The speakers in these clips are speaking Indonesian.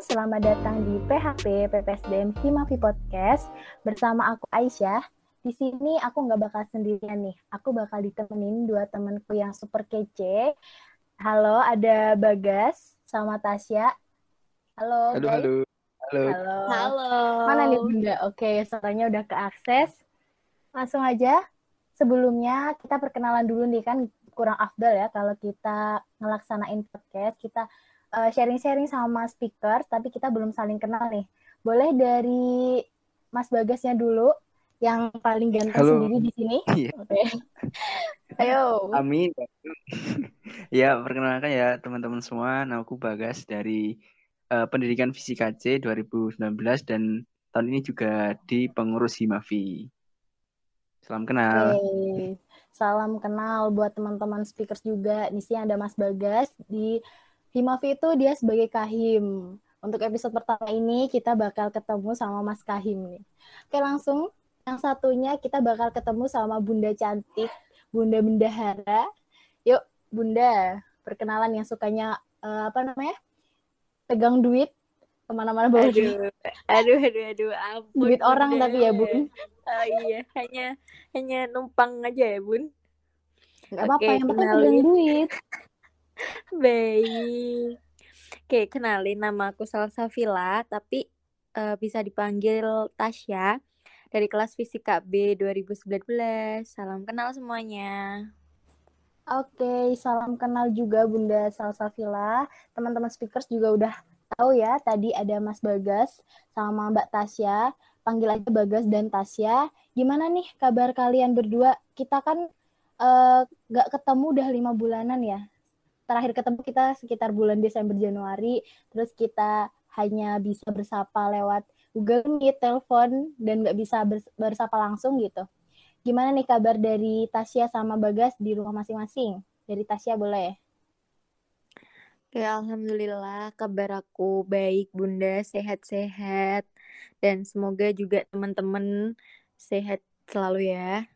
selamat datang di PHP PPSDM Himavi Podcast bersama aku Aisyah. Di sini aku nggak bakal sendirian nih, aku bakal ditemenin dua temanku yang super kece. Halo, ada Bagas sama Tasya. Halo Halo, guys. halo, halo. Halo. Halo. Mana nih Bunda? Oke, suaranya udah keakses. Langsung aja. Sebelumnya kita perkenalan dulu nih, kan kurang afdal ya kalau kita ngelaksanain podcast, kita sharing-sharing sama speaker, tapi kita belum saling kenal nih. Boleh dari Mas Bagasnya dulu, yang paling ganteng Halo. sendiri di sini. Iya. Oke. Ayo. Amin. Ya, perkenalkan ya teman-teman semua. Nama aku Bagas dari Pendidikan Fisika C 2019 dan tahun ini juga di pengurus Himavi. Salam kenal. Oke. Salam kenal buat teman-teman speakers juga. Di sini ada Mas Bagas. Di Himavi itu dia sebagai Kahim. Untuk episode pertama ini kita bakal ketemu sama Mas Kahim nih. Oke, langsung yang satunya kita bakal ketemu sama Bunda cantik, Bunda Bendahara. Yuk, Bunda, perkenalan yang sukanya pegang duit kemana-mana bawa duit. Aduh, ampun. Duit orang Bunda. tapi ya, Bun. Oh iya, hanya numpang aja ya, Bun. Nggak apa-apa, Oke, yang penting kenalin. pegang duit. Baik. Oke, kenalin, nama aku Salsafila, tapi bisa dipanggil Tasya dari kelas Fisika B 2019. Salam kenal semuanya. Oke, salam kenal juga Bunda Salsafila. Teman-teman speakers juga udah tahu ya, tadi ada Mas Bagas sama Mbak Tasya. Panggil aja Bagas dan Tasya. Gimana nih kabar kalian berdua? Kita kan nggak ketemu udah 5 bulanan ya. Terakhir ketemu kita sekitar bulan Desember Januari, terus kita hanya bisa bersapa lewat Google Meet, telepon, dan nggak bisa bersapa langsung gitu. Gimana nih kabar dari Tasya sama Bagas di rumah masing-masing? Dari Tasya boleh? Ya, alhamdulillah kabar aku baik, Bunda, sehat-sehat. Dan semoga juga teman-teman sehat selalu ya.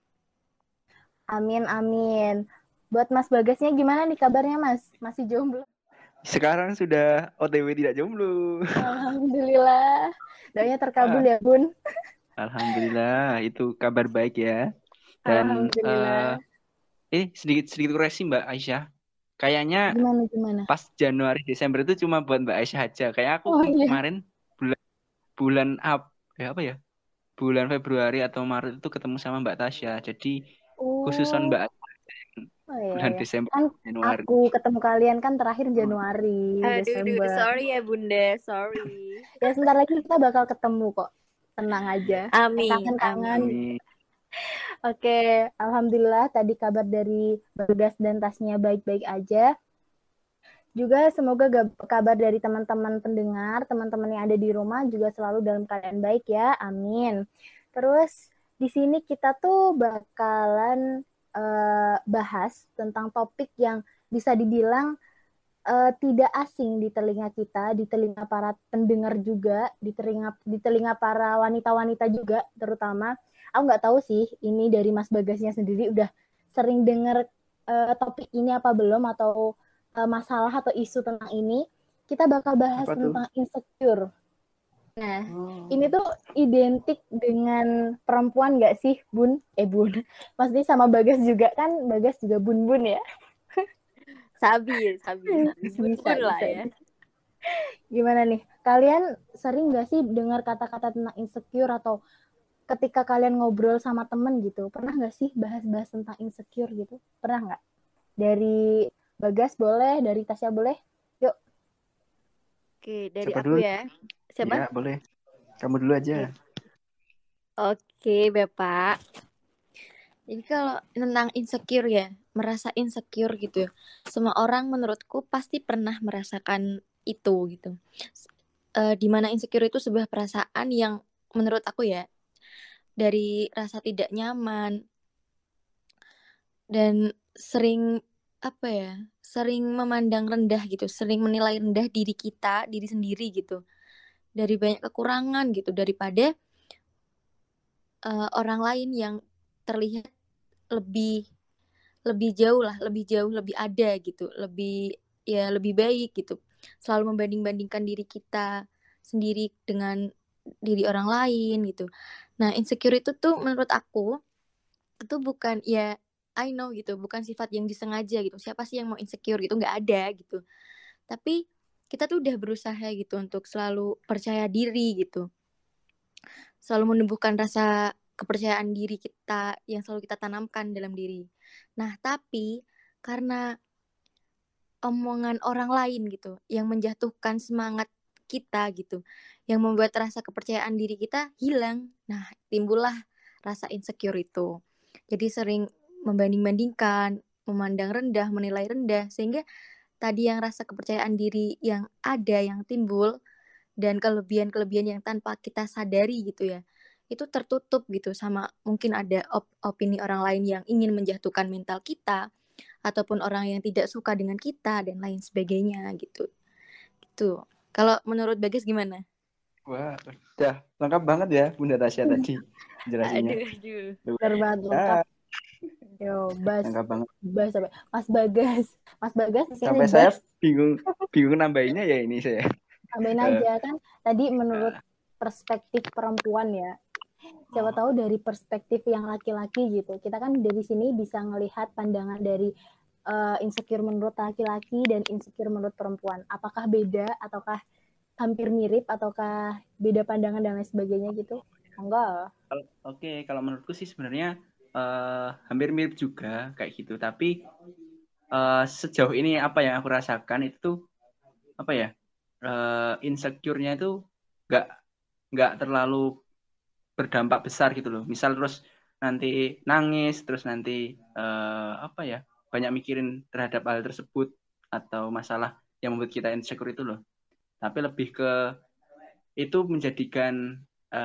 Amin, amin. Buat Mas Bagasnya gimana nih kabarnya, Mas? Masih jomblo? Sekarang sudah OTW tidak jomblo. Alhamdulillah. Doanya terkabul ya, Bun. Alhamdulillah, itu kabar baik ya. Dan Alhamdulillah. sedikit koreksi Mbak Aisyah. Kayaknya Gimana? pas Januari Desember itu cuma buat Mbak Aisyah aja. Kayak aku Iya. kemarin bulan bulan Februari atau Maret itu ketemu sama Mbak Tasya. Jadi khususan Mbak bulan iya. Desember Kan Januari. aku ketemu kalian kan terakhir Januari, Desember. Sorry ya, Bunda, sorry. Ya sebentar lagi kita bakal ketemu kok. Tenang aja. Amin. Amin. Oke, alhamdulillah tadi kabar dari Bagas dan Tasnya baik-baik aja. Juga semoga kabar dari teman-teman pendengar, teman-teman yang ada di rumah juga selalu dalam keadaan baik ya. Amin. Terus di sini kita tuh bakalan bahas tentang topik yang bisa dibilang tidak asing di telinga kita, di telinga para pendengar juga, di telinga para wanita-wanita juga terutama. Aku nggak tahu sih ini dari Mas Bagasnya sendiri udah sering dengar topik ini apa belum, atau masalah atau isu tentang ini. Kita bakal bahas tentang insecure. Nah, ini tuh identik dengan perempuan nggak sih, Bun? Bun. Maksudnya sama Bagas juga kan, Bagas juga bun-bun ya. Sabi. Bisa lah ya. Gimana nih? Kalian sering nggak sih dengar kata-kata tentang insecure, atau ketika kalian ngobrol sama temen gitu, pernah nggak sih bahas-bahas tentang insecure gitu? Pernah nggak? Dari Bagas boleh, dari Tasya boleh. Yuk. Oke, dari Siapa aku dulu? ya. Siapa? Ya, boleh. Kamu dulu aja. Oke, Bapak. Jadi kalau tentang insecure ya, merasa insecure gitu ya. Semua orang menurutku pasti pernah merasakan itu gitu. Dimana insecure itu sebuah perasaan yang menurut aku ya, dari rasa tidak nyaman dan sering sering memandang rendah gitu, sering menilai rendah diri kita, diri sendiri gitu, dari banyak kekurangan gitu, daripada orang lain yang terlihat lebih jauh, lebih ada gitu, lebih baik gitu. selalu membanding-bandingkan diri kita sendiri dengan diri orang lain gitu. Nah, insecure itu tuh menurut aku itu bukan ya I know gitu, bukan sifat yang disengaja gitu. Siapa sih yang mau insecure gitu? Nggak ada gitu. Tapi kita tuh udah berusaha gitu untuk selalu percaya diri gitu. Selalu menumbuhkan rasa kepercayaan diri kita yang selalu kita tanamkan dalam diri. Nah, tapi karena omongan orang lain gitu yang menjatuhkan semangat kita gitu, yang membuat rasa kepercayaan diri kita hilang. Nah, timbullah rasa insecure itu. Jadi sering membanding-bandingkan, memandang rendah, menilai rendah, sehingga tadi yang rasa kepercayaan diri yang ada yang timbul dan kelebihan-kelebihan yang tanpa kita sadari gitu ya, itu tertutup gitu sama mungkin ada opini orang lain yang ingin menjatuhkan mental kita ataupun orang yang tidak suka dengan kita dan lain sebagainya gitu. Gitu. Kalau menurut Bagas gimana? Wah, udah lengkap banget ya Bunda Tasya tadi jelasinnya. Aduh. Benar banget lengkap. Yo, Lengkap banget. sampai Mas Bagas di sini Sampai saya bingung nambahinnya ya ini saya. Tambahin aja kan tadi menurut perspektif perempuan ya. Siapa tahu dari perspektif yang laki-laki gitu. Kita kan dari sini bisa ngelihat pandangan dari insecure menurut laki-laki dan insecure menurut perempuan. Apakah beda ataukah hampir mirip ataukah beda pandangan dan lain sebagainya gitu? Enggak. Oke, kalau menurutku sih sebenarnya hampir mirip juga kayak gitu. Tapi sejauh ini apa yang aku rasakan itu apa ya, insecure-nya itu nggak terlalu berdampak besar gitu loh. Misal terus nanti nangis, terus nanti apa ya, banyak mikirin terhadap hal tersebut atau masalah yang membuat kita insecure itu loh. Tapi lebih ke itu menjadikan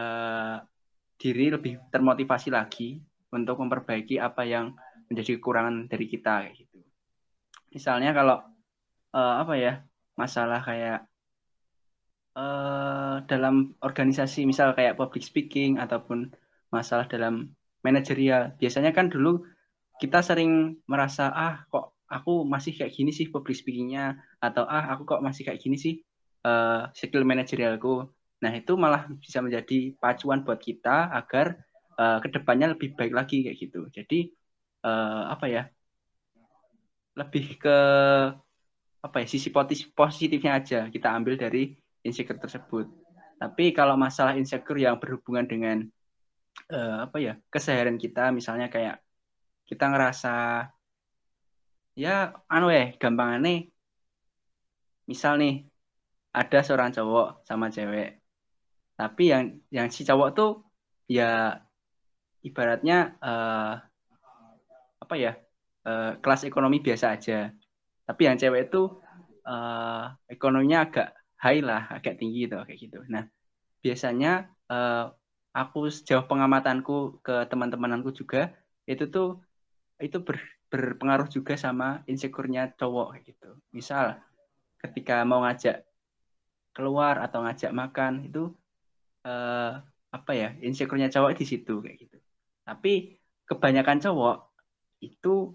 diri lebih termotivasi lagi untuk memperbaiki apa yang menjadi kekurangan dari kita kayak gitu. Misalnya kalau apa ya, masalah kayak dalam organisasi, misal kayak public speaking ataupun masalah dalam manajerial, biasanya kan dulu kita sering merasa kok aku masih kayak gini sih public speakingnya, atau aku kok masih kayak gini sih skill manajerialku. Nah itu malah bisa menjadi pacuan buat kita agar kedepannya lebih baik lagi kayak gitu. Jadi apa ya, lebih ke apa ya, sisi positifnya aja kita ambil dari insecure tersebut. Tapi kalau masalah insecure yang berhubungan dengan apa ya, keseharian kita, misalnya kayak kita ngerasa ya gampangannya, misal nih ada seorang cowok sama cewek, tapi yang si cowok tuh ya ibaratnya apa ya, kelas ekonomi biasa aja, tapi yang cewek itu ekonominya agak high lah, agak tinggi gitu kayak gitu. Nah biasanya aku sejauh pengamatanku ke teman-temananku juga itu berpengaruh juga sama insecure-nya cowok kayak gitu. Misal ketika mau ngajak keluar atau ngajak makan itu apa ya, insecure-nya cowok di situ kayak gitu. Tapi kebanyakan cowok itu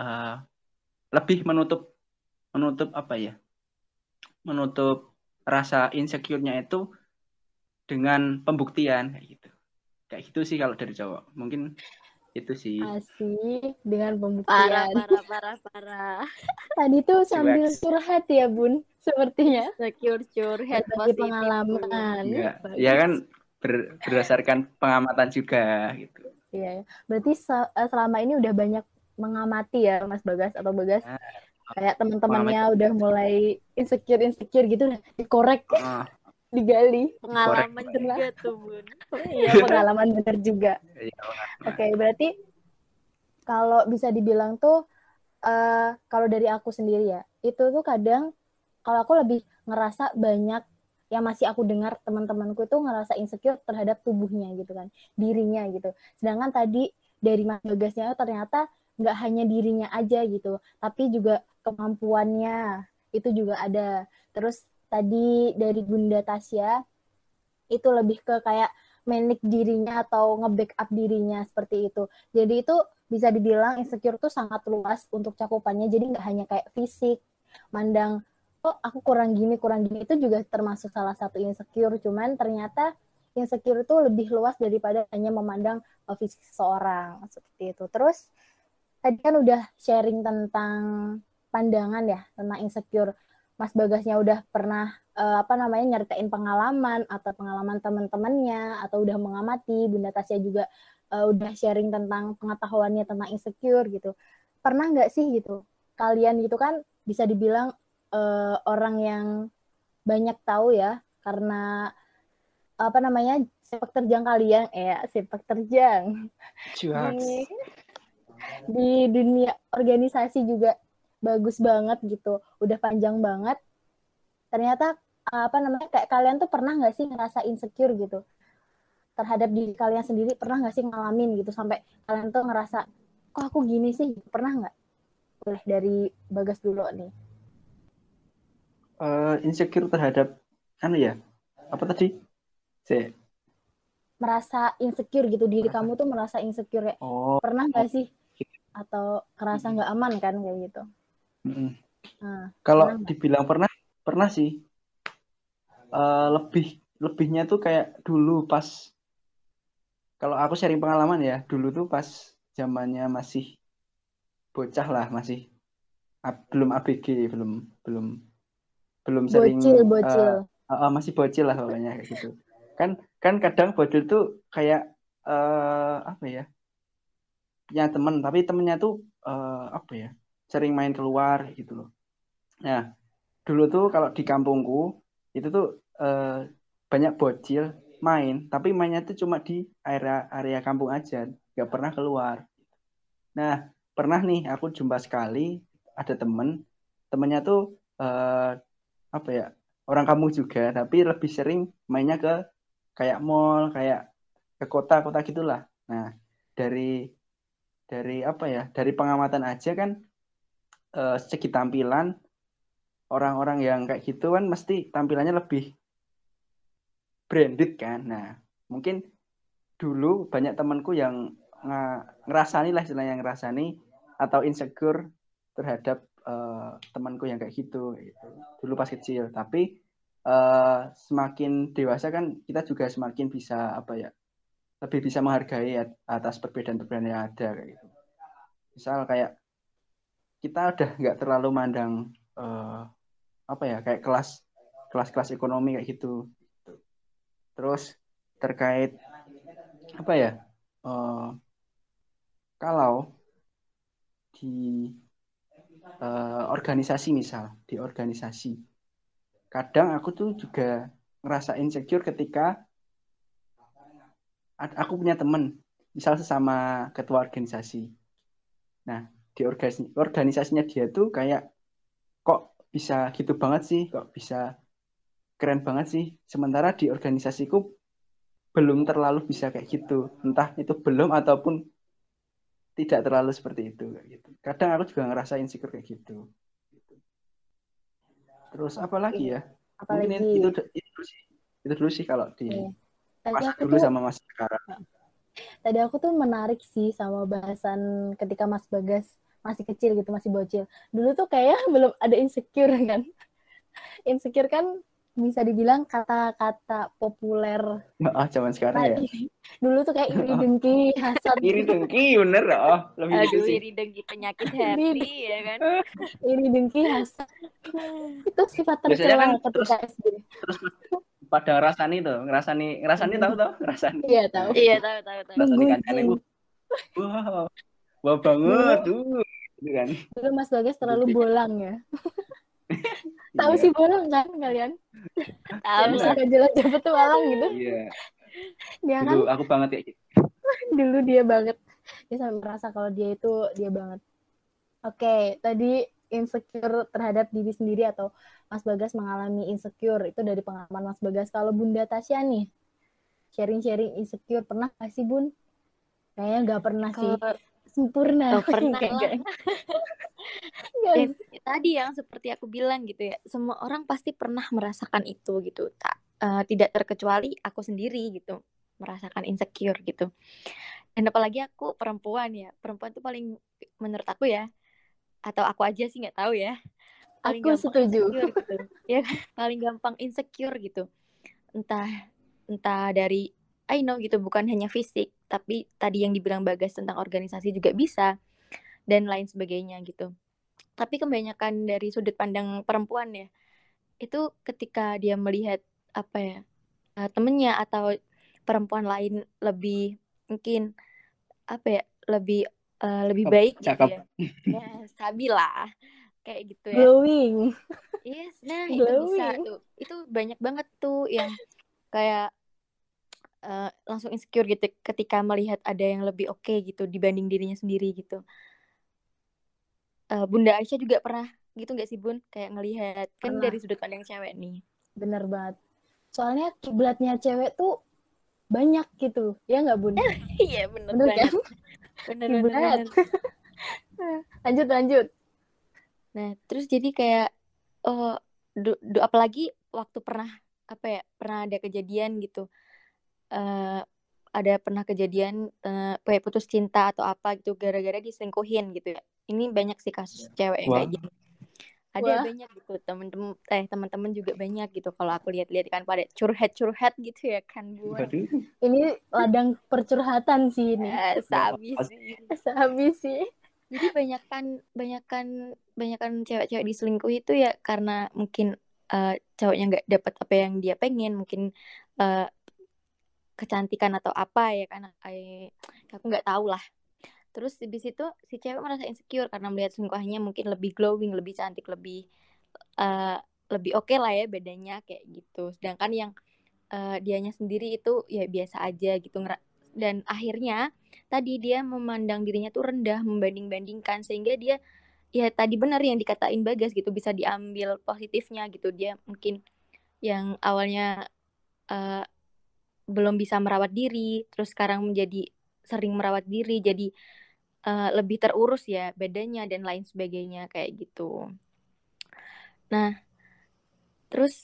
lebih menutup apa ya, menutup rasa insecure-nya itu dengan pembuktian kayak gitu. Kayak gitu sih kalau dari cowok. Mungkin itu sih. Asik dengan pembuktian. Parah. Tadi tuh sambil Cueks. curhat ya Bun, sepertinya. Curhat Berbagi positif. pengalaman. Enggak. Ya kan berdasarkan pengamatan juga gitu. Iya, berarti selama ini udah banyak mengamati ya Mas Bagas atau Bagas. Ya, Kayak teman-temannya udah mulai insecure gitu, dikorek, digali. Pengalaman juga tuh Bun. Iya, pengalaman bener juga. Oke, berarti kalau bisa dibilang tuh kalau dari aku sendiri ya, itu tuh kadang kalau aku lebih ngerasa banyak yang masih aku dengar teman-temanku itu ngerasa insecure terhadap tubuhnya gitu kan, dirinya gitu. Sedangkan tadi dari Mas Bagasnya ternyata nggak hanya dirinya aja gitu, tapi juga kemampuannya itu juga ada. Terus tadi dari Bunda Tasya itu lebih ke kayak manage dirinya atau nge-backup dirinya seperti itu. Jadi itu bisa dibilang insecure tuh sangat luas untuk cakupannya. Jadi nggak hanya kayak fisik, mandang oh aku kurang gini itu juga termasuk salah satu insecure. Cuman ternyata insecure itu lebih luas daripada hanya memandang fisik seseorang seperti itu. Terus tadi kan udah sharing tentang pandangan ya tentang insecure. Mas Bagasnya udah pernah nyeritain pengalaman atau pengalaman teman-temannya atau udah mengamati. Bunda Tasya juga udah sharing tentang pengetahuannya tentang insecure gitu. Pernah nggak sih gitu kalian gitu kan bisa dibilang orang yang banyak tahu ya karena sepak terjang kalian sepak terjang Cuaks. di dunia organisasi juga bagus banget gitu, udah panjang banget. Ternyata kayak kalian tuh pernah nggak sih ngerasa insecure gitu terhadap diri kalian sendiri? Pernah nggak sih ngalamin gitu sampai kalian tuh ngerasa kok aku gini sih? Pernah nggak? Boleh dari Bagas dulu nih. Insecure terhadap apa tadi? Merasa insecure gitu, diri kamu tuh merasa insecure ya. Pernah nggak sih? Atau ngerasa nggak aman kan kayak gitu? Nah, kalau dibilang pernah sih. Lebihnya tuh kayak dulu pas, kalau aku sharing pengalaman ya, dulu tuh pas zamannya masih bocah lah, masih belum ABG, belum sering bocil. Masih bocil lah pokoknya kayak gitu. Kan kadang bocil tuh kayak punya temen, tapi temennya tuh sering main keluar gitu loh. Nah, dulu tuh kalau di kampungku itu tuh banyak bocil main, tapi mainnya tuh cuma di area kampung aja, nggak pernah keluar. Nah, pernah nih aku jumpa sekali ada temennya tuh orang kampung juga, tapi lebih sering mainnya ke kayak mall, kayak ke kota-kota gitulah. Nah, dari dari pengamatan aja kan, segi tampilan orang-orang yang kayak gitu kan mesti tampilannya lebih branded kan. Nah, mungkin dulu banyak temanku yang ngerasani lah, istilahnya ngerasani atau insecure terhadap temanku yang kayak gitu dulu pas kecil. Tapi semakin dewasa kan kita juga semakin bisa lebih bisa menghargai atas perbedaan-perbedaan yang ada kayak gitu. Misal kayak kita udah nggak terlalu mandang kayak kelas ekonomi kayak gitu. Terus terkait kalau di organisasi, misal di organisasi, kadang aku tuh juga ngerasa insecure ketika aku punya temen misal sesama ketua organisasi. Nah, di organisasinya dia tuh kayak kok bisa gitu banget sih, kok bisa keren banget sih, sementara di organisasiku belum terlalu bisa kayak gitu. Entah itu belum ataupun tidak terlalu seperti itu kayak gitu. Kadang aku juga ngerasa insecure kayak gitu. Terus apa lagi ya? Mungkin itu dulu sih kalau di masa dulu sama masa sekarang. Tadi aku tuh menarik sih sama bahasan ketika Mas Bagas masih kecil gitu, masih bocil. Dulu tuh kayaknya belum ada insecure kan. Insecure kan bisa dibilang kata-kata populer. Zaman sekarang ya. Dulu tuh kayak iri dengki, hasad. Iri dengki, bener. Aduh, iri dengki penyakit hati ya kan. Iri dengki, hasad. Itu sifat tercela kan, ketika SD. Terus pada ngerasani tahu ngerasani. Iya tahu. Iya tahu. Ngerasani kancane, wah banget tuh. Gitu kan. Dulu Mas Bagas terlalu bolang ya. Tahu sih bolang kan kalian? Tahu lah. Bisa jelajah petualang gitu. Iya. Dia dulu kan, aku banget kayak gitu. Dulu dia banget. Dia sampai merasa kalau dia itu dia banget. Oke, tadi insecure terhadap diri sendiri atau Mas Bagas mengalami insecure itu dari pengalaman Mas Bagas. Kalau Bunda Tasya nih, sharing-sharing insecure pernah nggak sih Bun? Kayaknya nggak pernah sih. Sempurna. Pernah lah. Tadi yang seperti aku bilang gitu ya, semua orang pasti pernah merasakan itu gitu. Tidak terkecuali aku sendiri gitu, merasakan insecure gitu. Dan apalagi aku perempuan ya, perempuan tuh paling menurut aku ya, atau aku aja sih nggak tahu ya, paling Aku gampang setuju. insecure gitu. Ya kan? Paling gampang insecure gitu. Entah dari I know gitu, bukan hanya fisik, tapi tadi yang dibilang Bagas tentang organisasi juga bisa dan lain sebagainya gitu. Tapi kebanyakan dari sudut pandang perempuan ya, itu ketika dia melihat apa ya, temennya atau perempuan lain lebih mungkin apa ya, lebih baik gitu Cakep. ya. Ya, stabil lah kayak gitu ya. Glowing. Yes, nah itu bisa Glowing. tuh. Itu banyak banget tuh yang kayak langsung insecure gitu ketika melihat ada yang lebih oke gitu dibanding dirinya sendiri gitu. Bunda Aisyah juga pernah gitu nggak sih Bun? Kayak ngelihat kan Pernah. dari sudut pandang cewek nih. Bener banget. Soalnya kiblatnya cewek tuh banyak gitu. Ya nggak, Bun? Iya bener Bener kan? banget. Bener. Kiblat. Lanjut. Nah terus jadi kayak oh apalagi waktu pernah apa ya, pernah ada kejadian gitu. eh ada pernah kejadian kayak putus cinta atau apa gitu gara-gara diselingkuhin gitu ya. Ini banyak sih kasus cewek yang kayak Wah, gitu. Ada Wah, banyak gitu teman-teman juga banyak gitu kalau aku lihat-lihat kan pada curhat gitu ya kan Bun. waduh. ini ladang percurhatan sih ini. Sabi sih. Habis sih. Jadi banyakan cewek-cewek diselingkuh itu ya karena mungkin cowoknya nggak dapat apa yang dia pengen, mungkin eh, kecantikan atau apa ya kan, aku nggak tahu lah. Terus habis itu si cewek merasa insecure karena melihat selingkuhannya mungkin lebih glowing, lebih cantik, eh, lebih oke lah ya bedanya kayak gitu. Sedangkan yang dianya sendiri itu ya biasa aja gitu. Dan akhirnya tadi dia memandang dirinya tuh rendah, membanding-bandingkan sehingga dia ya tadi benar yang dikatain Bagas gitu, bisa diambil positifnya gitu. Dia mungkin yang awalnya eh, belum bisa merawat diri, terus sekarang menjadi sering merawat diri, jadi lebih terurus ya badannya dan lain sebagainya kayak gitu. Nah, terus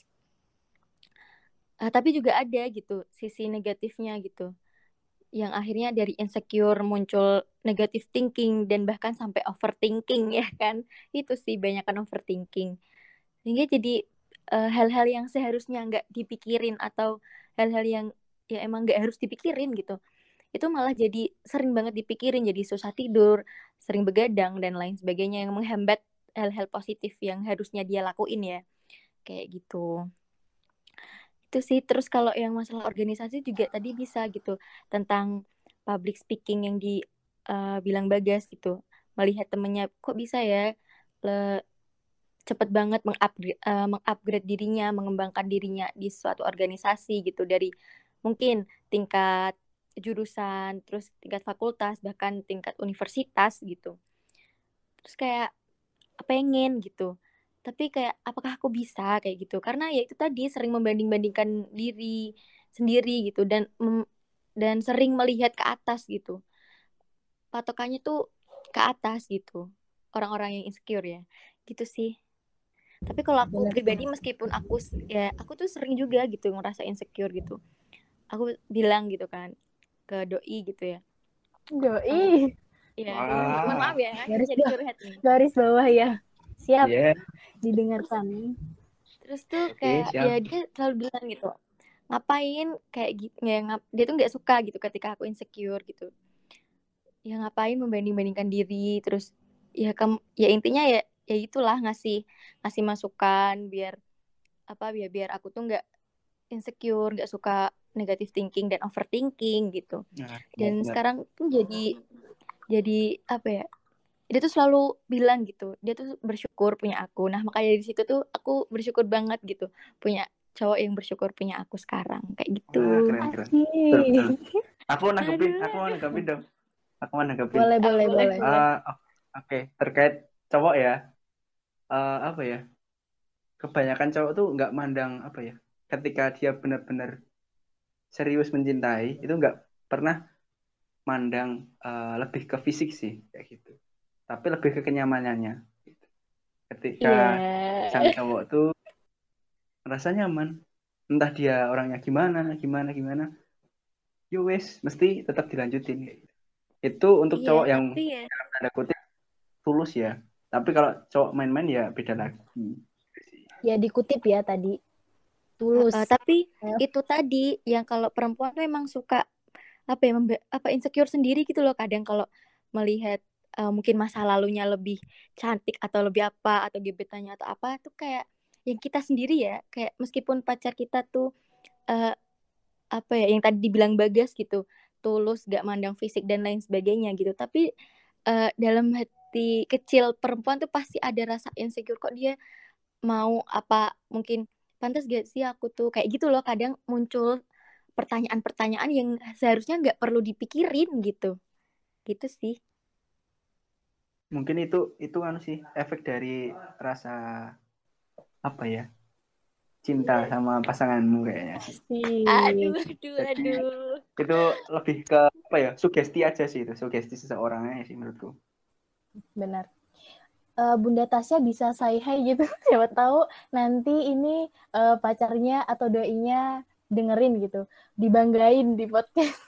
tapi juga ada gitu sisi negatifnya gitu, yang akhirnya dari insecure muncul negative thinking dan bahkan sampai overthinking ya kan. Itu sih banyakan overthinking. Sehingga jadi hal-hal yang seharusnya nggak dipikirin atau hal-hal yang ya emang nggak harus dipikirin gitu. Itu malah jadi sering banget dipikirin, jadi susah tidur, sering begadang dan lain sebagainya yang menghambat hal-hal positif yang harusnya dia lakuin ya. Kayak gitu. Itu sih. Terus kalau yang masalah organisasi juga tadi bisa gitu tentang public speaking yang bilang Bagas gitu, melihat temennya kok bisa ya cepet banget mengupgrade dirinya, mengembangkan dirinya di suatu organisasi gitu, dari mungkin tingkat jurusan, terus tingkat fakultas, bahkan tingkat universitas gitu. Terus kayak pengen gitu, tapi kayak apakah aku bisa kayak gitu, karena ya itu tadi sering membanding-bandingkan diri sendiri gitu dan sering melihat ke atas gitu, patokannya tuh ke atas gitu, orang-orang yang insecure ya gitu sih. Tapi kalau aku Bener pribadi banget. meskipun aku tuh sering juga gitu ngerasa insecure gitu, aku bilang gitu kan ke doi gitu ya. Eh, Doi. ya mohon Wah, maaf ya ini Garis jadi bawah, curhat nih. garis bawah ya. Siap ya, didengarkan. Terus tuh oke, kayak ya siap. dia selalu bilang gitu, ngapain kayak gitu ya, dia tuh nggak suka gitu ketika aku insecure gitu, ya ngapain membanding-bandingkan diri, terus ya ya intinya ya ya itulah, ngasih ngasih masukan biar apa biar aku tuh nggak insecure, nggak suka negative thinking dan overthinking gitu. Nah, Dan benar-benar. sekarang tuh jadi apa ya, dia tuh selalu bilang gitu dia tuh bersyukur punya aku. Nah makanya di situ tuh aku bersyukur banget gitu punya cowok yang bersyukur punya aku sekarang kayak Wah, gitu. keren-keren. Betul, betul. Asik. Aku mau nanggepin dong. Aku mau nanggepin. Boleh, boleh, Boleh boleh. boleh. Oke, terkait cowok ya. Apa ya? Kebanyakan cowok tuh nggak mandang apa ya? Ketika dia benar-benar serius mencintai, itu nggak pernah mandang lebih ke fisik sih, kayak gitu. Tapi lebih ke kenyamanannya. Ketika Iya. sang cowok tuh merasa nyaman, entah dia orangnya gimana, gimana, yo wes, mesti tetap dilanjutin. Kayak gitu. Itu untuk Iya cowok yang tapi ya tanda kutip tulus ya. Tapi kalau cowok main-main ya beda lagi. Ya dikutip ya tadi, tulus. Tapi Ya. itu tadi yang kalau perempuan tuh emang suka apa ya insecure sendiri gitu loh kadang kalau melihat mungkin masa lalunya lebih cantik atau lebih apa atau gebetannya atau apa tuh kayak yang kita sendiri ya kayak meskipun pacar kita tuh eh, apa ya yang tadi dibilang Bagas gitu tulus gak mandang fisik dan lain sebagainya gitu tapi dalam hati kecil perempuan tuh pasti ada rasa insecure kok dia mau apa mungkin pantas gak sih aku tuh kayak gitu loh kadang muncul pertanyaan-pertanyaan yang seharusnya nggak perlu dipikirin gitu gitu sih. Mungkin itu kan sih efek dari rasa apa ya, cinta sama pasanganmu kayaknya sih. Aduh, Sih, aduh, Jadi aduh. itu lebih ke apa ya, sugesti aja sih, itu sugesti seseorangnya sih menurutku. benar. Bunda Tasya bisa say hi gitu. Siapa tahu nanti ini pacarnya atau doinya dengerin gitu. Dibanggain di podcast.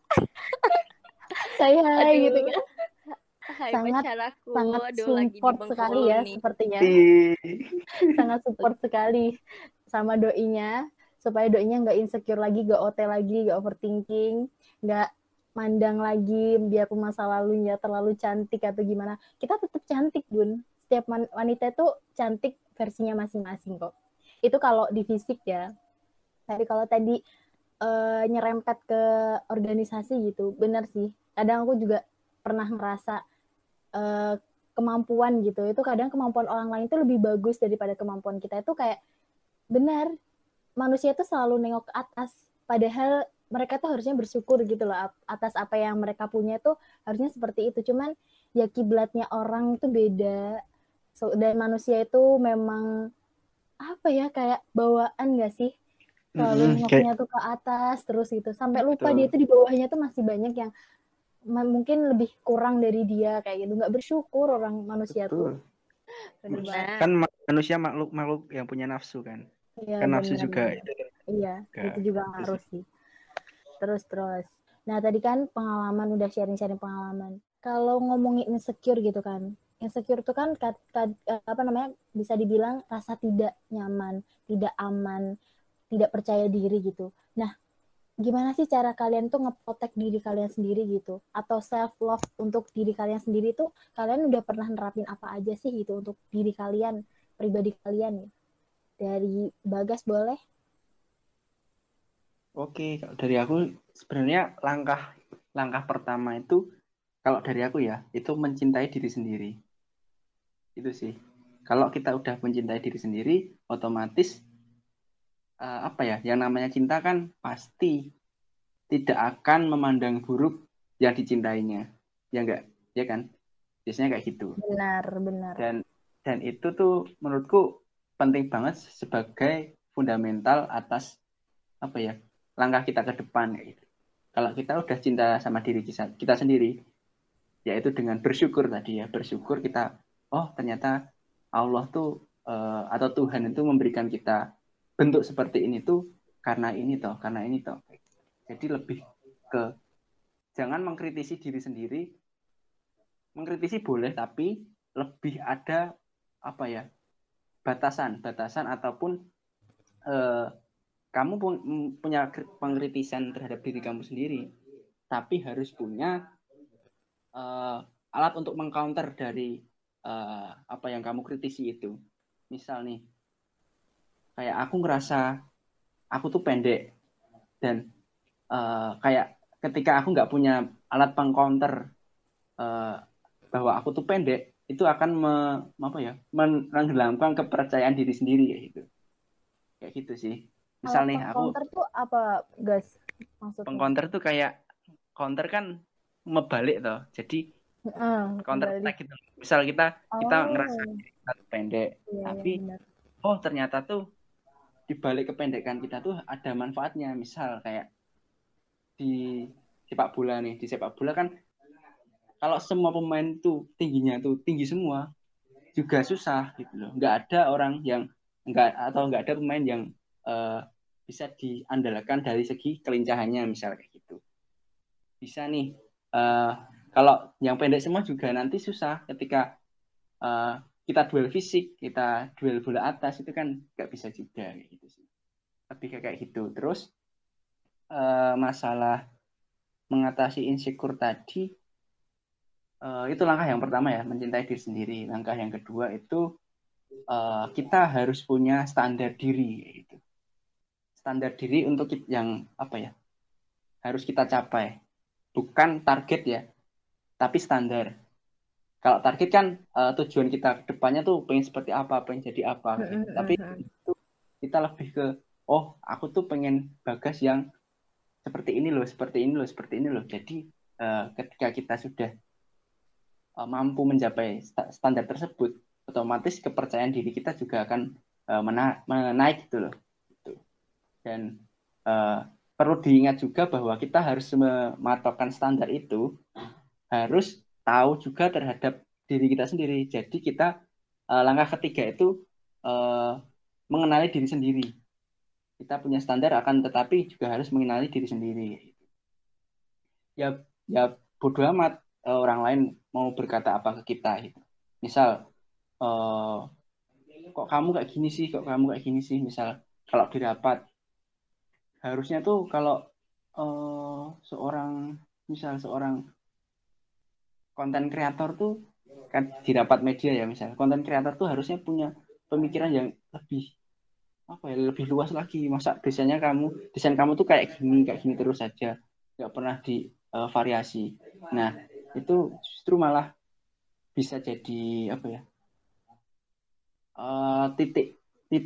Say hi gitu Aduh, kan. hai Sangat pacar aku. sangat Aduh, lagi di support sekali Bengkulu ya nih. sepertinya. Ih, Sangat support sekali sama doinya supaya doinya nggak insecure lagi, nggak OT lagi, nggak overthinking, nggak mandang lagi biarpun masa lalunya terlalu cantik atau gimana. Kita tetap cantik, Bun. Setiap wanita itu cantik versinya masing-masing kok. Itu kalau di fisik ya. Tapi kalau tadi nyerempet ke organisasi gitu, benar sih. Kadang aku juga pernah ngerasa uh, kemampuan gitu. Itu kadang kemampuan orang lain itu lebih bagus daripada kemampuan kita. Itu kayak benar, manusia itu selalu nengok ke atas. Padahal mereka tuh harusnya bersyukur gitu loh atas apa yang mereka punya tuh harusnya seperti itu. Cuman ya kiblatnya orang itu beda. Dan manusia itu memang apa ya kayak bawaan gak sih? Selalu nengoknya kayak tuh ke atas terus gitu. Sampai lupa dia betul. tuh di bawahnya tuh masih banyak yang mungkin lebih kurang dari dia kayak gitu. Nggak bersyukur orang manusia tuh. Betul. Bener banget. Kan manusia makhluk yang punya nafsu kan. Iya Kan nafsu benar. juga Iya, itu juga ngaruh sih. Terus. Nah, tadi kan pengalaman udah sharing-sharing pengalaman. Kalau ngomongin insecure gitu kan. Insecure itu kan apa namanya? Bisa dibilang rasa tidak nyaman, tidak aman, tidak percaya diri gitu. Nah, gimana sih cara kalian tuh ngeprotek diri kalian sendiri gitu? Atau self love untuk diri kalian sendiri tuh kalian udah pernah nerapin apa aja sih gitu untuk diri kalian, pribadi kalian ya? Dari Bagas boleh? Oke, kalau dari aku sebenarnya langkah pertama itu kalau dari aku ya, itu mencintai diri sendiri. Itu sih. Kalau kita udah mencintai diri sendiri, otomatis apa ya? Yang namanya cinta kan pasti tidak akan memandang buruk yang dicintainya. Ya enggak? Ya kan? Biasanya kayak gitu. Benar. Dan itu tuh menurutku penting banget sebagai fundamental atas apa ya? Langkah kita ke depan kayak gitu. Kalau kita udah cinta sama diri kita sendiri, yaitu dengan bersyukur tadi ya, bersyukur kita, oh ternyata Allah tuh atau Tuhan itu memberikan kita bentuk seperti ini tuh karena ini toh. Jadi lebih ke jangan mengkritisi diri sendiri, mengkritisi boleh tapi lebih ada apa ya, batasan ataupun kamu punya pengkritisan terhadap diri kamu sendiri, tapi harus punya alat untuk mengcounter dari apa yang kamu kritisi itu. Misal nih, kayak aku ngerasa aku tuh pendek dan kayak ketika aku nggak punya alat pengcounter bahwa aku tuh pendek, itu akan menenggelamkan kepercayaan diri sendiri kayak gitu sih. Misal Alat nih aku pengcounter tuh apa, guys? Maksudnya? pengcounter tuh kayak counter kan membalik toh. Jadi counter Kembali. attack gitu. Misal kita ngerasa Oh, kita pendek, iya tapi benar. oh ternyata tuh di balik kependekan kita tuh ada manfaatnya. Misal kayak di sepak bola nih, di sepak bola kan kalau semua pemain tuh tingginya tuh tinggi semua, juga susah gitu loh. Nggak ada orang yang nggak ada pemain yang uh, bisa diandalkan dari segi kelincahannya misal kayak gitu. Bisa nih kalau yang pendek semua juga nanti susah ketika kita duel fisik, kita duel bola atas, itu kan nggak bisa juga kayak gitu sih. Lebih kayak gitu. Terus masalah mengatasi insecure tadi, itu langkah yang pertama ya, mencintai diri sendiri. Langkah yang kedua itu kita harus punya standar diri gitu. Standar diri untuk yang apa ya, harus kita capai. Bukan target ya, tapi standar. Kalau target kan tujuan kita ke depannya tuh pengen seperti apa, pengen jadi apa gitu. Tapi itu kita lebih ke, oh aku tuh pengen Bagas yang seperti ini loh, seperti ini loh, seperti ini loh. Jadi ketika kita sudah mampu mencapai standar tersebut, otomatis kepercayaan diri kita juga akan menaik gitu loh. Gitu. Dan perlu diingat juga bahwa kita harus mematokkan standar itu harus tahu juga terhadap diri kita sendiri. Jadi kita langkah ketiga itu mengenali diri sendiri. Kita punya standar akan tetapi juga harus mengenali diri sendiri. Ya bodo amat orang lain mau berkata apa ke kita gitu. Misal kok kamu kayak gini sih, kok kamu kayak gini sih. Misal kalau di rapat harusnya tuh kalau seorang konten kreator tuh kan di rapat media ya, misal konten kreator tuh harusnya punya pemikiran yang lebih apa ya, lebih luas lagi. Masa desain kamu tuh kayak gini terus saja, nggak pernah di variasi. Nah itu justru malah bisa jadi apa ya, titik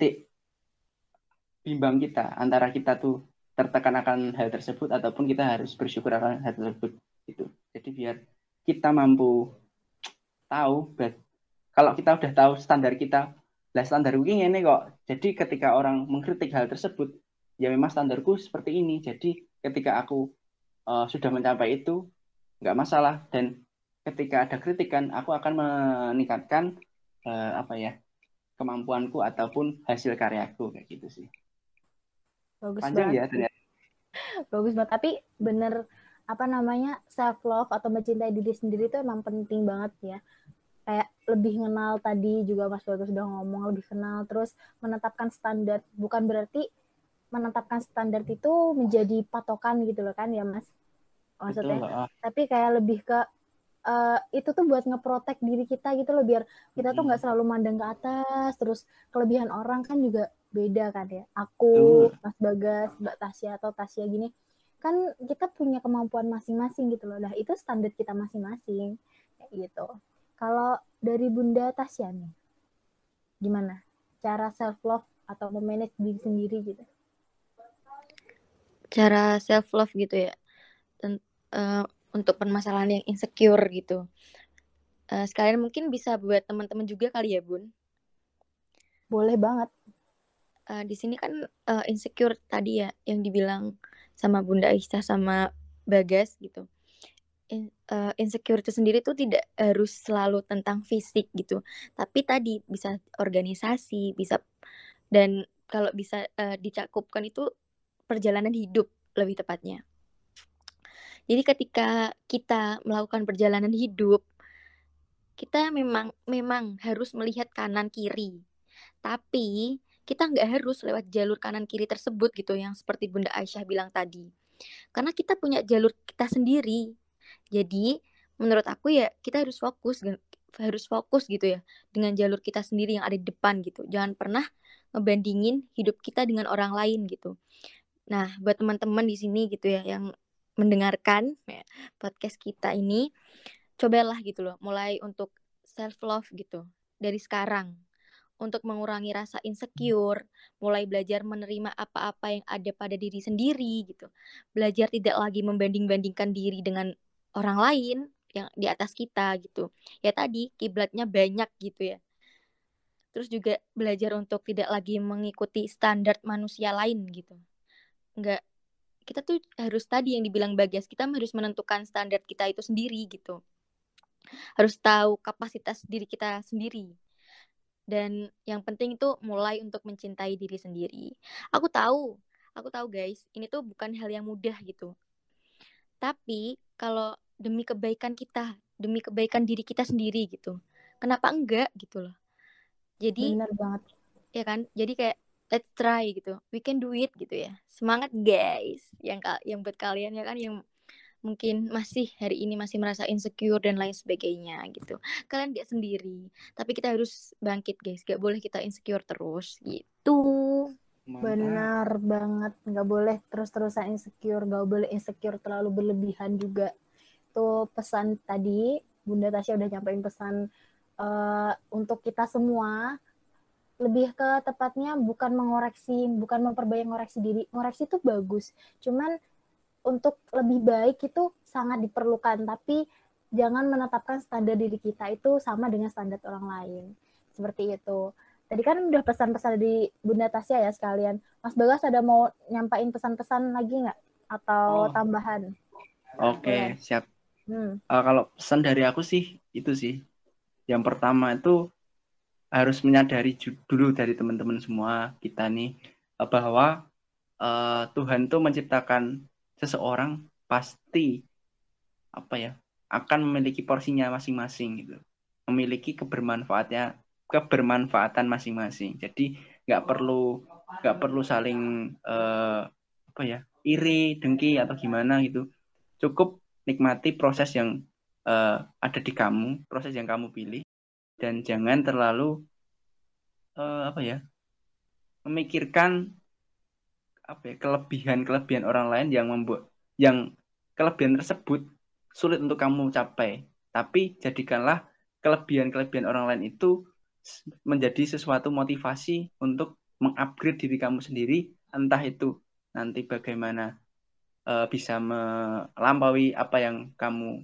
bimbang kita, antara kita tuh tertekan akan hal tersebut ataupun kita harus bersyukur akan hal tersebut gitu. Jadi biar kita mampu tahu, kalau kita udah tahu standar kita, lah standar ini kok. Jadi ketika orang mengkritik hal tersebut, ya memang standarku seperti ini. Jadi ketika aku sudah mencapai itu, nggak masalah. Dan ketika ada kritikan, aku akan meningkatkan apa ya, kemampuanku ataupun hasil karyaku kayak gitu sih. Bagus Panjang banget. ya ternyata. Bagus banget. Tapi bener apa namanya, self love atau mencintai diri sendiri itu emang penting banget ya. Kayak lebih kenal, tadi juga Mas Bagus udah ngomong, lebih kenal, terus menetapkan standar. Bukan berarti menetapkan standar itu menjadi patokan gitu loh kan ya Mas, maksudnya. Betul. Tapi kayak lebih ke itu tuh buat ngeprotek diri kita gitu loh, biar kita tuh nggak selalu mandang ke atas. Terus kelebihan orang kan juga beda kan ya. Aku, Mas Bagas, Mbak Tasya atau Tasya gini, kan kita punya kemampuan masing-masing gitu loh. Nah itu standar kita masing-masing kayak gitu. Kalau dari Bunda Tasya nih, gimana cara self love atau memanage diri sendiri gitu? Cara self love gitu ya, untuk permasalahan yang insecure gitu. Sekalian mungkin bisa buat teman-teman juga kali ya Bun. Boleh banget. Di sini kan insecure tadi ya yang dibilang sama Bunda Aisyah sama Bagas gitu. Insecure itu sendiri tuh tidak harus selalu tentang fisik gitu, tapi tadi bisa organisasi, bisa, dan kalau bisa dicakupkan itu perjalanan hidup lebih tepatnya. Jadi ketika kita melakukan perjalanan hidup, kita memang harus melihat kanan kiri. Tapi kita nggak harus lewat jalur kanan kiri tersebut gitu, yang seperti Bunda Aisyah bilang tadi. Karena kita punya jalur kita sendiri. Jadi menurut aku ya kita harus fokus gitu ya dengan jalur kita sendiri yang ada di depan gitu. Jangan pernah ngebandingin hidup kita dengan orang lain gitu. Nah, buat teman-teman di sini gitu ya yang mendengarkan ya, podcast kita ini, cobalah gitu loh mulai untuk self love gitu dari sekarang, untuk mengurangi rasa insecure, mulai belajar menerima apa-apa yang ada pada diri sendiri gitu. Belajar tidak lagi membanding-bandingkan diri dengan orang lain yang di atas kita gitu. Ya tadi kiblatnya banyak gitu ya. Terus juga belajar untuk tidak lagi mengikuti standar manusia lain gitu. Enggak, kita tuh harus tadi yang dibilang Bagas, kita harus menentukan standar kita itu sendiri gitu. Harus tahu kapasitas diri kita sendiri. Dan yang penting itu mulai untuk mencintai diri sendiri. Aku tahu guys, ini tuh bukan hal yang mudah gitu. Tapi kalau demi kebaikan kita, demi kebaikan diri kita sendiri gitu, kenapa enggak gitu loh. Jadi Bener banget. ya kan, jadi kayak let's try gitu, we can do it gitu ya, semangat guys, yang buat kalian ya kan yang mungkin masih hari ini masih merasa insecure dan lain sebagainya gitu, kalian gak sendiri, tapi kita harus bangkit guys, gak boleh kita insecure terus gitu. Mantap. Benar banget, nggak boleh terus-terusan insecure, nggak boleh insecure terlalu berlebihan juga. Itu pesan tadi, Bunda Tasya udah nyampein pesan untuk kita semua. Lebih ke tepatnya bukan mengoreksi, bukan memperbanyak ngoreksi diri. Ngoreksi itu bagus, cuman untuk lebih baik itu sangat diperlukan, tapi jangan menetapkan standar diri kita itu sama dengan standar orang lain. Seperti itu. Tadi kan udah pesan-pesan di Bunda Tasya ya sekalian. Mas Bagas ada mau nyampain pesan-pesan lagi nggak? Atau tambahan? Oke, Boleh. siap. Kalau pesan dari aku sih, itu sih. Yang pertama itu harus menyadari dulu dari teman-teman semua kita nih, bahwa Tuhan tuh menciptakan seseorang pasti akan memiliki porsinya masing-masing gitu, memiliki kebermanfaatan masing-masing. Jadi nggak perlu saling iri, dengki atau gimana gitu. Cukup nikmati proses yang ada di kamu, proses yang kamu pilih, dan jangan terlalu memikirkan kelebihan orang lain yang kelebihan tersebut sulit untuk kamu capai. Tapi jadikanlah kelebihan orang lain itu menjadi sesuatu motivasi untuk mengupgrade diri kamu sendiri, entah itu nanti bagaimana bisa melampaui apa yang kamu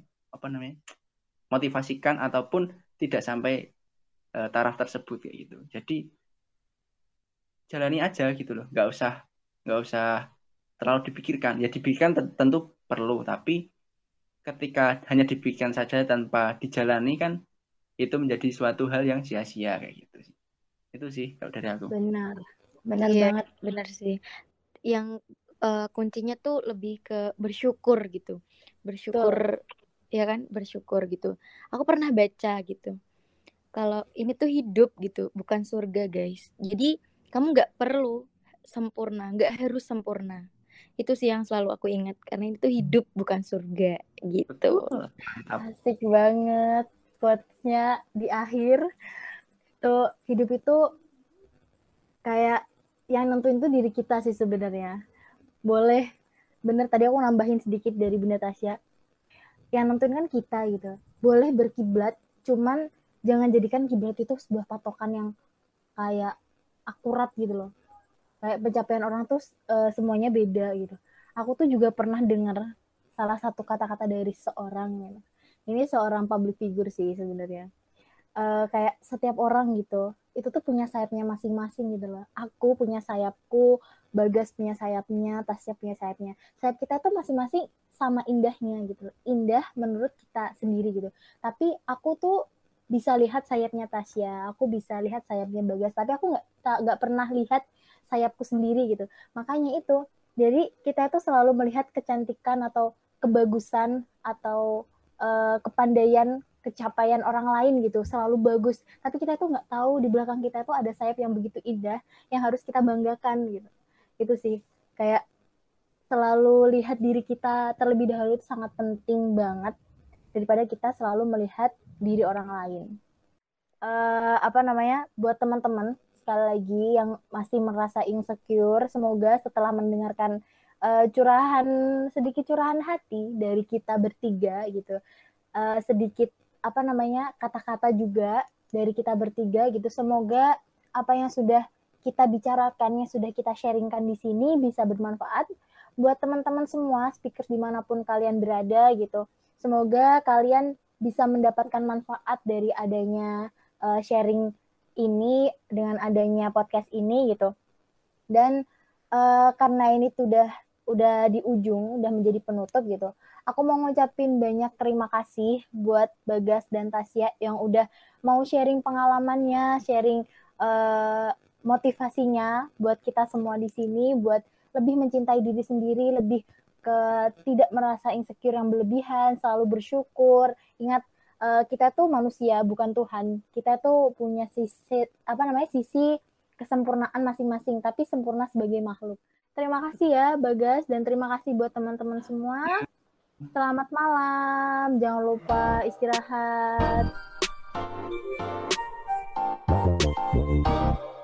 motivasikan ataupun tidak sampai taraf tersebut kayak gitu. Jadi jalani aja gitu loh, nggak usah terlalu dipikirkan. Ya dipikirkan tentu perlu, tapi ketika hanya dipikirkan saja tanpa dijalani kan itu menjadi suatu hal yang sia-sia kayak gitu sih. Itu sih kalau dari aku. Benar Iya, banget. benar sih. Yang kuncinya tuh lebih ke bersyukur gitu. Bersyukur ya kan, bersyukur gitu. Aku pernah baca gitu. Kalau ini tuh hidup gitu, bukan surga, guys. Jadi kamu nggak perlu sempurna, nggak harus sempurna. Itu sih yang selalu aku ingat, karena itu hidup bukan surga gitu. Betul. Asik banget quotes-nya di akhir. Tuh, hidup itu kayak yang nentuin tuh diri kita sih sebenarnya. Boleh, bener tadi aku nambahin sedikit dari Bunda Tasya. Yang nentuin kan kita gitu. Boleh berkiblat, cuman jangan jadikan kiblat itu sebuah patokan yang kayak akurat gitu loh. Kayak pencapaian orang tuh semuanya beda gitu. Aku tuh juga pernah dengar salah satu kata-kata dari seorang gitu. Ini seorang public figure sih sebenarnya. Kayak setiap orang gitu, itu tuh punya sayapnya masing-masing gitu loh. Aku punya sayapku, Bagas punya sayapnya, Tasya punya sayapnya. Sayap kita tuh masing-masing sama indahnya gitu. Indah menurut kita sendiri gitu. Tapi aku tuh bisa lihat sayapnya Tasya, aku bisa lihat sayapnya Bagas, tapi aku nggak pernah lihat sayapku sendiri gitu. Makanya itu, jadi kita tuh selalu melihat kecantikan atau kebagusan atau kepandaian kecapaian orang lain gitu selalu bagus, tapi kita tuh nggak tahu di belakang kita tuh ada sayap yang begitu indah yang harus kita banggakan gitu. Itu sih kayak selalu lihat diri kita terlebih dahulu itu sangat penting banget daripada kita selalu melihat diri orang lain. Buat teman-teman sekali lagi yang masih merasa insecure, semoga setelah mendengarkan sedikit curahan hati dari kita bertiga gitu, sedikit kata-kata juga dari kita bertiga gitu. Semoga apa yang sudah kita bicarakan, yang sudah kita sharingkan di sini bisa bermanfaat buat teman-teman semua, speakers dimanapun kalian berada gitu. Semoga kalian bisa mendapatkan manfaat dari adanya sharing ini, dengan adanya podcast ini gitu. Dan karena ini udah di ujung, udah menjadi penutup gitu, aku mau ngucapin banyak terima kasih buat Bagas dan Tasya yang udah mau sharing pengalamannya, sharing motivasinya buat kita semua di sini, buat lebih mencintai diri sendiri, lebih ke tidak merasa insecure yang berlebihan, selalu bersyukur. Ingat, kita tuh manusia, bukan Tuhan. Kita tuh punya sisi kesempurnaan masing-masing, tapi sempurna sebagai makhluk. Terima kasih ya Bagas, dan terima kasih buat teman-teman semua. Selamat malam, jangan lupa istirahat.